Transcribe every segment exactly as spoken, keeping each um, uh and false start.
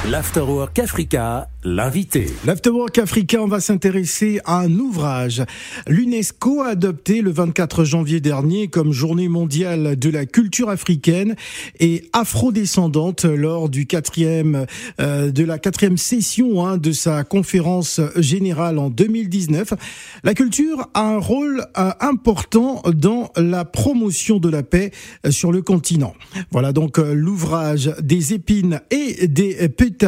L'Afterwork Africa, l'invité. L'Afterwork Africa, on va s'intéresser à un ouvrage. L'UNESCO a adopté le vingt-quatre janvier dernier comme journée mondiale de la culture africaine et afrodescendante lors du quatrième, euh, de la quatrième session hein, de sa conférence générale en deux mille dix-neuf. La culture a un rôle euh, important dans la promotion de la paix euh, sur le continent. Voilà donc euh, l'ouvrage des épines et des pétales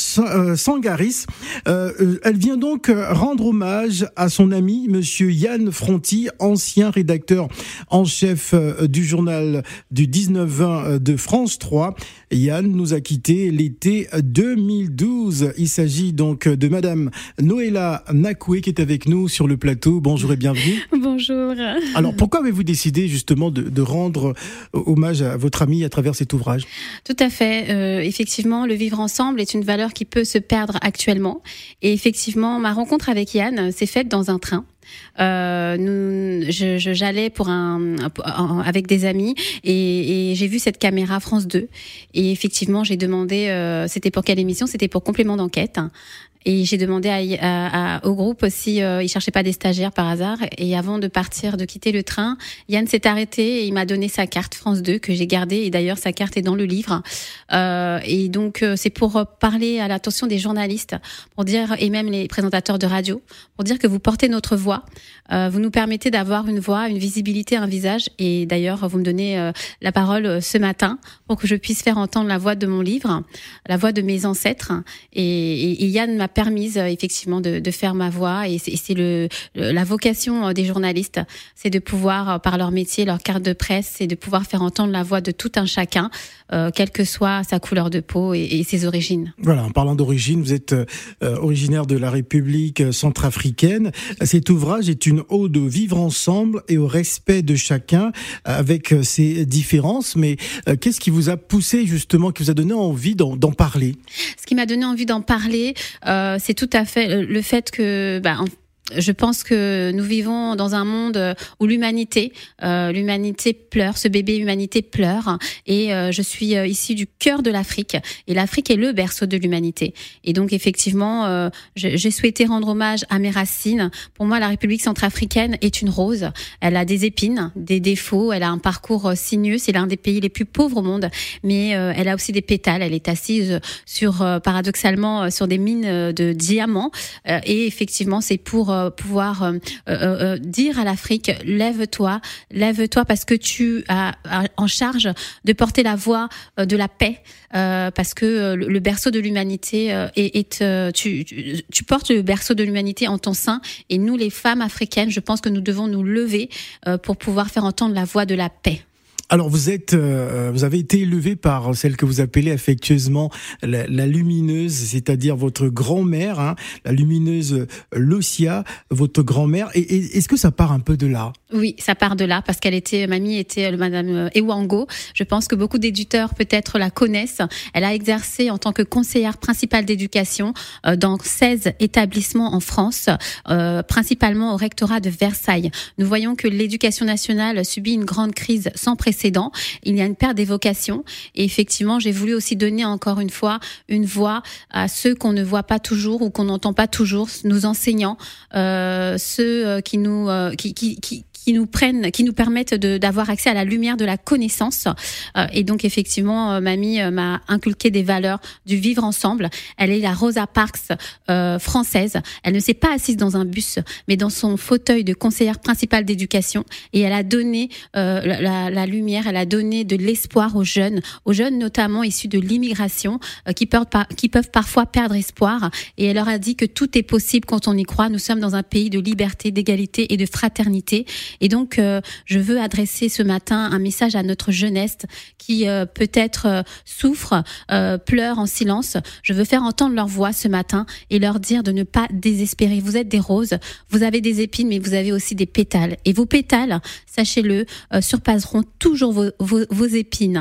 Sangaris. Euh, elle vient donc rendre hommage à son ami, monsieur Yann Fronty, ancien rédacteur en chef du journal du dix-neuf vingt de France trois. Yann nous a quittés l'été deux mille douze. Il s'agit donc de madame Noëlla Nakoué qui est avec nous sur le plateau. Bonjour et bienvenue. Bonjour. Alors, pourquoi avez-vous décidé justement de, de rendre hommage à votre ami à travers cet ouvrage ? Tout à fait. Euh, effectivement, le vivre ensemble est une valeur qui peut se perdre actuellement. Et effectivement, ma rencontre avec Yann s'est faite dans un train. Euh, nous, je, je, j'allais pour un, un avec des amis et, et j'ai vu cette caméra France deux et effectivement j'ai demandé euh, c'était pour quelle émission, c'était pour Complément d'enquête. Et j'ai demandé à, à, à, au groupe si euh, ils cherchaient pas des stagiaires par hasard. Et avant de partir, de quitter le train, Yann s'est arrêté et il m'a donné sa carte France deux que j'ai gardée. Et d'ailleurs, sa carte est dans le livre. Euh, et donc, euh, c'est pour parler à l'attention des journalistes, pour dire, et même les présentateurs de radio, pour dire que vous portez notre voix. Euh, vous nous permettez d'avoir une voix, une visibilité, un visage. Et d'ailleurs, vous me donnez euh, la parole euh, ce matin pour que je puisse faire entendre la voix de mon livre, la voix de mes ancêtres. Et, et, et Yann m'a permise effectivement de, de faire ma voix et c'est, c'est le, le la vocation des journalistes, c'est de pouvoir par leur métier, leur carte de presse, c'est de pouvoir faire entendre la voix de tout un chacun, euh, quelle que soit sa couleur de peau et, et ses origines. Voilà, en parlant d'origine, vous êtes euh, originaire de la République centrafricaine. Cet ouvrage est une ode au vivre ensemble et au respect de chacun avec ses différences. Mais euh, qu'est-ce qui vous a poussé justement, qui vous a donné envie d'en, d'en parler ? Ce qui m'a donné envie d'en parler, euh, c'est tout à fait le fait que, bah, en je pense que nous vivons dans un monde où l'humanité, euh, l'humanité pleure, ce bébé humanité pleure, et euh, je suis euh, issue du cœur de l'Afrique, et l'Afrique est le berceau de l'humanité. Et donc effectivement, euh, j'ai souhaité rendre hommage à mes racines. Pour moi, la République centrafricaine est une rose. Elle a des épines, des défauts, elle a un parcours sinueux. C'est l'un des pays les plus pauvres au monde, mais euh, elle a aussi des pétales. Elle est assise sur, euh, paradoxalement, sur des mines de diamants, euh, et effectivement, c'est pour euh, pouvoir euh, euh, dire à l'Afrique, lève-toi, lève-toi parce que tu as, as en charge de porter la voix euh, de la paix, euh, parce que euh, le berceau de l'humanité euh, est, est euh, tu, tu, tu portes le berceau de l'humanité en ton sein, et nous les femmes africaines, je pense que nous devons nous lever euh, pour pouvoir faire entendre la voix de la paix. Alors vous êtes, euh, vous avez été élevé par celle que vous appelez affectueusement la, la lumineuse, c'est-à-dire votre grand-mère, hein, la lumineuse Locia, votre grand-mère. Et, et est-ce que ça part un peu de là ? Oui, ça part de là parce qu'elle était, mamie était le Madame Ewango. Je pense que beaucoup d'éditeurs peut-être la connaissent. Elle a exercé en tant que conseillère principale d'éducation euh, dans seize établissements en France, euh, principalement au rectorat de Versailles. Nous voyons que l'éducation nationale subit une grande crise sans précédent. Il y a une perte des vocations et effectivement, j'ai voulu aussi donner encore une fois une voix à ceux qu'on ne voit pas toujours ou qu'on n'entend pas toujours, nos enseignants, euh, ceux qui nous, euh, qui, qui, qui qui nous prennent, qui nous permettent de, d'avoir accès à la lumière de la connaissance. Euh, et donc, effectivement, euh, mamie euh, m'a inculqué des valeurs du vivre ensemble. Elle est la Rosa Parks euh, française. Elle ne s'est pas assise dans un bus, mais dans son fauteuil de conseillère principale d'éducation. Et elle a donné euh, la, la lumière, elle a donné de l'espoir aux jeunes, aux jeunes notamment issus de l'immigration, euh, qui, peuvent, qui peuvent parfois perdre espoir. Et elle leur a dit que tout est possible quand on y croit. Nous sommes dans un pays de liberté, d'égalité et de fraternité. Et donc, euh, je veux adresser ce matin un message à notre jeunesse qui euh, peut-être euh, souffre, euh, pleure en silence. Je veux faire entendre leur voix ce matin et leur dire de ne pas désespérer. Vous êtes des roses, vous avez des épines, mais vous avez aussi des pétales. Et vos pétales, sachez-le, euh, surpasseront toujours vos, vos, vos épines.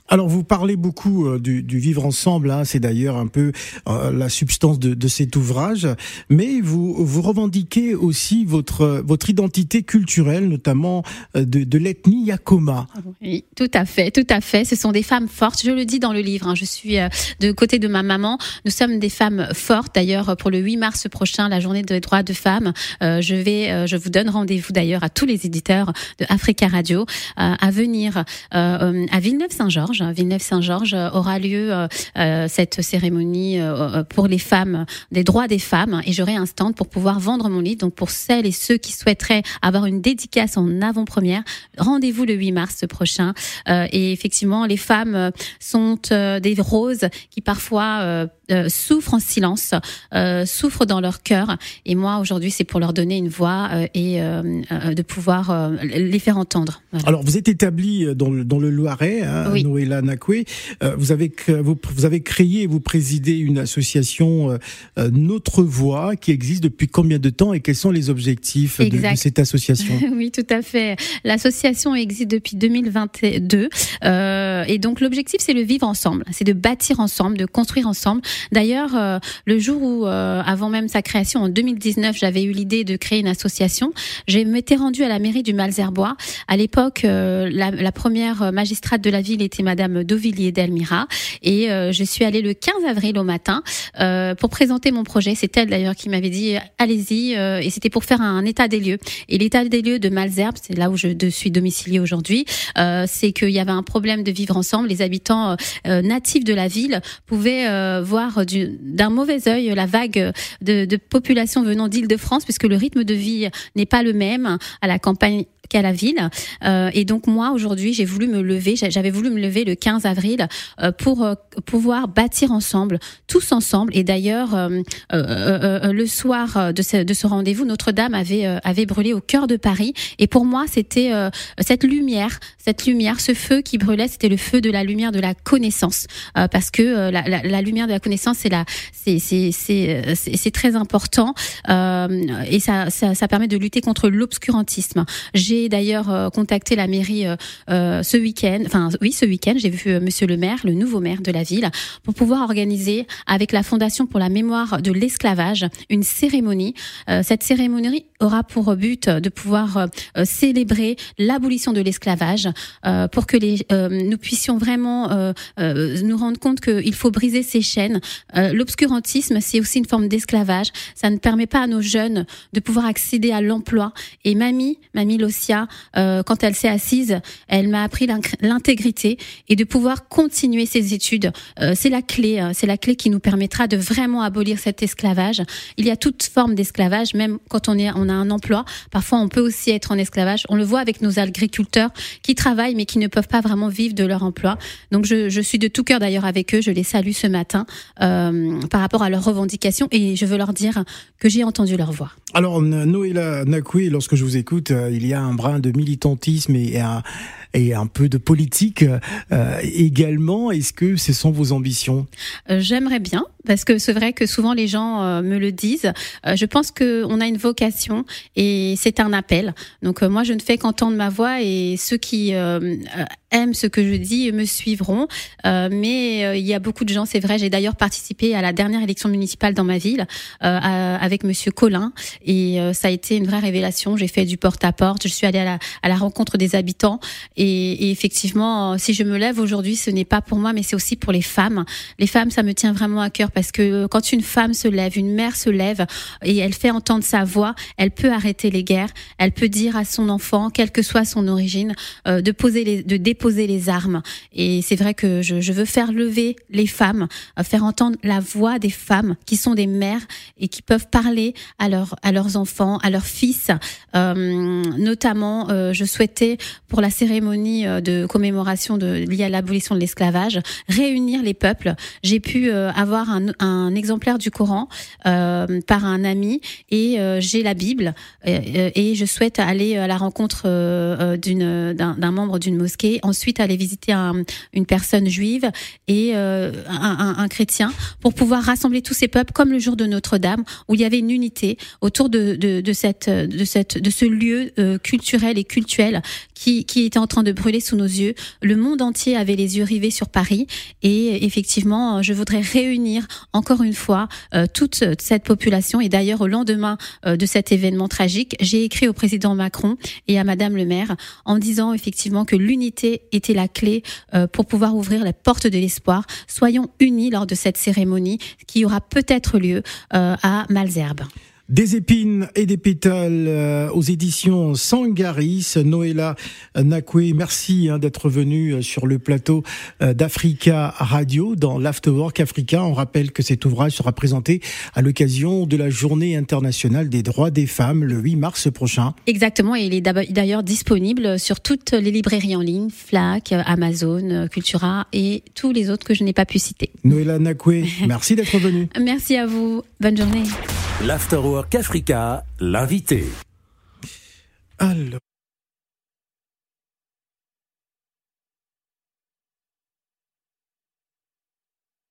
Alors vous parlez beaucoup euh, du, du vivre ensemble, hein, c'est d'ailleurs un peu euh, la substance de, de cet ouvrage, mais vous vous revendiquez aussi votre votre identité culturelle, notamment euh, de, de l'ethnie Yakoma. Oui, tout à fait, tout à fait. Ce sont des femmes fortes. Je le dis dans le livre. Hein, je suis euh, de côté de ma maman. Nous sommes des femmes fortes. D'ailleurs, pour le huit mars prochain, la journée des droits de femmes, euh, je vais, euh, je vous donne rendez-vous d'ailleurs à tous les éditeurs de Africa Radio euh, à venir euh, à Villeneuve-Saint-Georges. Villeneuve-Saint-Georges aura lieu euh, euh, cette cérémonie euh, pour les femmes, des droits des femmes, et j'aurai un stand pour pouvoir vendre mon livre. Donc pour celles et ceux qui souhaiteraient avoir une dédicace en avant-première, rendez-vous le huit mars prochain. Euh, et effectivement, les femmes sont euh, des roses qui parfois euh, euh, souffrent en silence, euh, souffrent dans leur cœur. Et moi, aujourd'hui, c'est pour leur donner une voix euh, et euh, euh, de pouvoir euh, les faire entendre. Voilà. Alors, vous êtes établi dans le, dans le Loiret, hein, oui. Noëlla Nakwe. Euh, vous avez vous, vous avez créé et vous présidez une association euh, Notre Voix qui existe depuis combien de temps et quels sont les objectifs de, de cette association? Oui, tout à fait. L'association existe depuis deux mille vingt-deux euh, et donc l'objectif c'est le vivre ensemble, c'est de bâtir ensemble, de construire ensemble. D'ailleurs, euh, le jour où, euh, avant même sa création en deux mille dix-neuf, j'avais eu l'idée de créer une association, je m'étais rendue à la mairie du Malzerbois. À l'époque, euh, la, la première magistrate de la ville était Madame Dovillier Delmira et euh, je suis allée le quinze avril au matin euh, pour présenter mon projet. C'est elle d'ailleurs qui m'avait dit allez-y euh, et c'était pour faire un, un état des lieux. Et l'état des lieux de Malzerbe, c'est là où je suis domiciliée aujourd'hui, euh, c'est qu'il y avait un problème de vivre ensemble. Les habitants euh, natifs de la ville pouvaient euh, voir du, d'un mauvais œil la vague de, de population venant d'Île-de-France, puisque le rythme de vie n'est pas le même à la campagne qu'à la ville. Euh, et donc moi, aujourd'hui, j'ai voulu me lever, j'avais voulu me lever le quinze avril euh, pour euh, pouvoir bâtir ensemble, tous ensemble. Et d'ailleurs, euh, euh, euh, le soir de ce, de ce rendez-vous, Notre-Dame avait, euh, avait brûlé au cœur de Paris. Et pour moi, c'était euh, cette lumière, cette lumière, ce feu qui brûlait, c'était le feu de la lumière de la connaissance. Euh, parce que euh, la, la, la lumière de la connaissance, c'est, la, c'est, c'est, c'est, c'est, c'est très important. Euh, et ça, ça, ça permet de lutter contre l'obscurantisme. J'ai J'ai d'ailleurs euh, contacté la mairie euh, euh, ce week-end, enfin oui ce week-end, j'ai vu euh, Monsieur le maire, le nouveau maire de la ville, pour pouvoir organiser avec la Fondation pour la mémoire de l'esclavage une cérémonie. Euh, cette cérémonie aura pour but de pouvoir euh, célébrer l'abolition de l'esclavage euh, pour que les, euh, nous puissions vraiment euh, euh, nous rendre compte qu'il faut briser ces chaînes. Euh, l'obscurantisme, c'est aussi une forme d'esclavage. Ça ne permet pas à nos jeunes de pouvoir accéder à l'emploi. Et mamie, mamie Locia, Euh, quand elle s'est assise, elle m'a appris l'intégrité et de pouvoir continuer ses études. Euh, c'est la clé, hein, c'est la clé qui nous permettra de vraiment abolir cet esclavage. Il y a toute forme d'esclavage, même quand on est, on a un emploi. Parfois, on peut aussi être en esclavage. On le voit avec nos agriculteurs qui travaillent mais qui ne peuvent pas vraiment vivre de leur emploi. Donc, je, je suis de tout cœur d'ailleurs avec eux. Je les salue ce matin euh, par rapport à leurs revendications et je veux leur dire que j'ai entendu leur voix. Alors, Noëlla Nakwe, lorsque je vous écoute, euh, il y a un brin de militantisme et un, et un peu de politique euh, également. Est-ce que ce sont vos ambitions ? euh, J'aimerais bien, parce que c'est vrai que souvent les gens euh, me le disent. Euh, je pense qu'on a une vocation et c'est un appel. Donc euh, moi, je ne fais qu'entendre ma voix et ceux qui euh, aiment ce que je dis me suivront. Euh, mais euh, il y a beaucoup de gens, c'est vrai. J'ai d'ailleurs participé à la dernière élection municipale dans ma ville euh, à, avec Monsieur Collin et euh, ça a été une vraie révélation. J'ai fait du porte-à-porte. Je suis allée à la, à la rencontre des habitants et, et effectivement, si je me lève aujourd'hui, ce n'est pas pour moi, mais c'est aussi pour les femmes. Les femmes, ça me tient vraiment à cœur parce que quand une femme se lève, une mère se lève et elle fait entendre sa voix, elle peut arrêter les guerres. Elle peut dire à son enfant, quelle que soit son origine, euh, de poser les, de déposer les armes. Et c'est vrai que je, je veux faire lever les femmes, euh, faire entendre la voix des femmes qui sont des mères et qui peuvent parler à leurs à leurs enfants, à leurs fils. Euh, notamment, euh, je souhaitais pour la cérémonie de commémoration de, liée à l'abolition de l'esclavage, réunir les peuples. J'ai pu euh, avoir un, un exemplaire du Coran euh, par un ami et euh, j'ai la Bible euh, et je souhaite aller à la rencontre euh, d'une, d'un, d'un membre d'une mosquée, ensuite aller visiter un, une personne juive et euh, un, un, un chrétien pour pouvoir rassembler tous ces peuples comme le jour de Notre-Dame où il y avait une unité autour de, de, de, cette, de, cette, de ce lieu euh, culturel et cultuel qui qui, qui était en train de brûler sous nos yeux. Le monde entier avait les yeux rivés sur Paris et effectivement, je voudrais réunir encore une fois euh, toute cette population. Et d'ailleurs, au lendemain euh, de cet événement tragique, j'ai écrit au président Macron et à Madame le maire en disant effectivement que l'unité était la clé euh, pour pouvoir ouvrir les portes de l'espoir. Soyons unis lors de cette cérémonie qui aura peut-être lieu euh, à Malesherbes. Des épines et des pétales euh, aux éditions Sangaris. Noëlla Nakwe, merci hein, d'être venue sur le plateau euh, d'Africa Radio dans l'Afterwork Africa. On rappelle que cet ouvrage sera présenté à l'occasion de la Journée internationale des droits des femmes le huit mars prochain. Exactement, et il est d'ailleurs disponible sur toutes les librairies en ligne, Flac, Amazon, Cultura et tous les autres que je n'ai pas pu citer. Noëlla Nakwe, merci d'être venue. Merci à vous, bonne journée. L'Afterwork Africa, l'invité. Alors...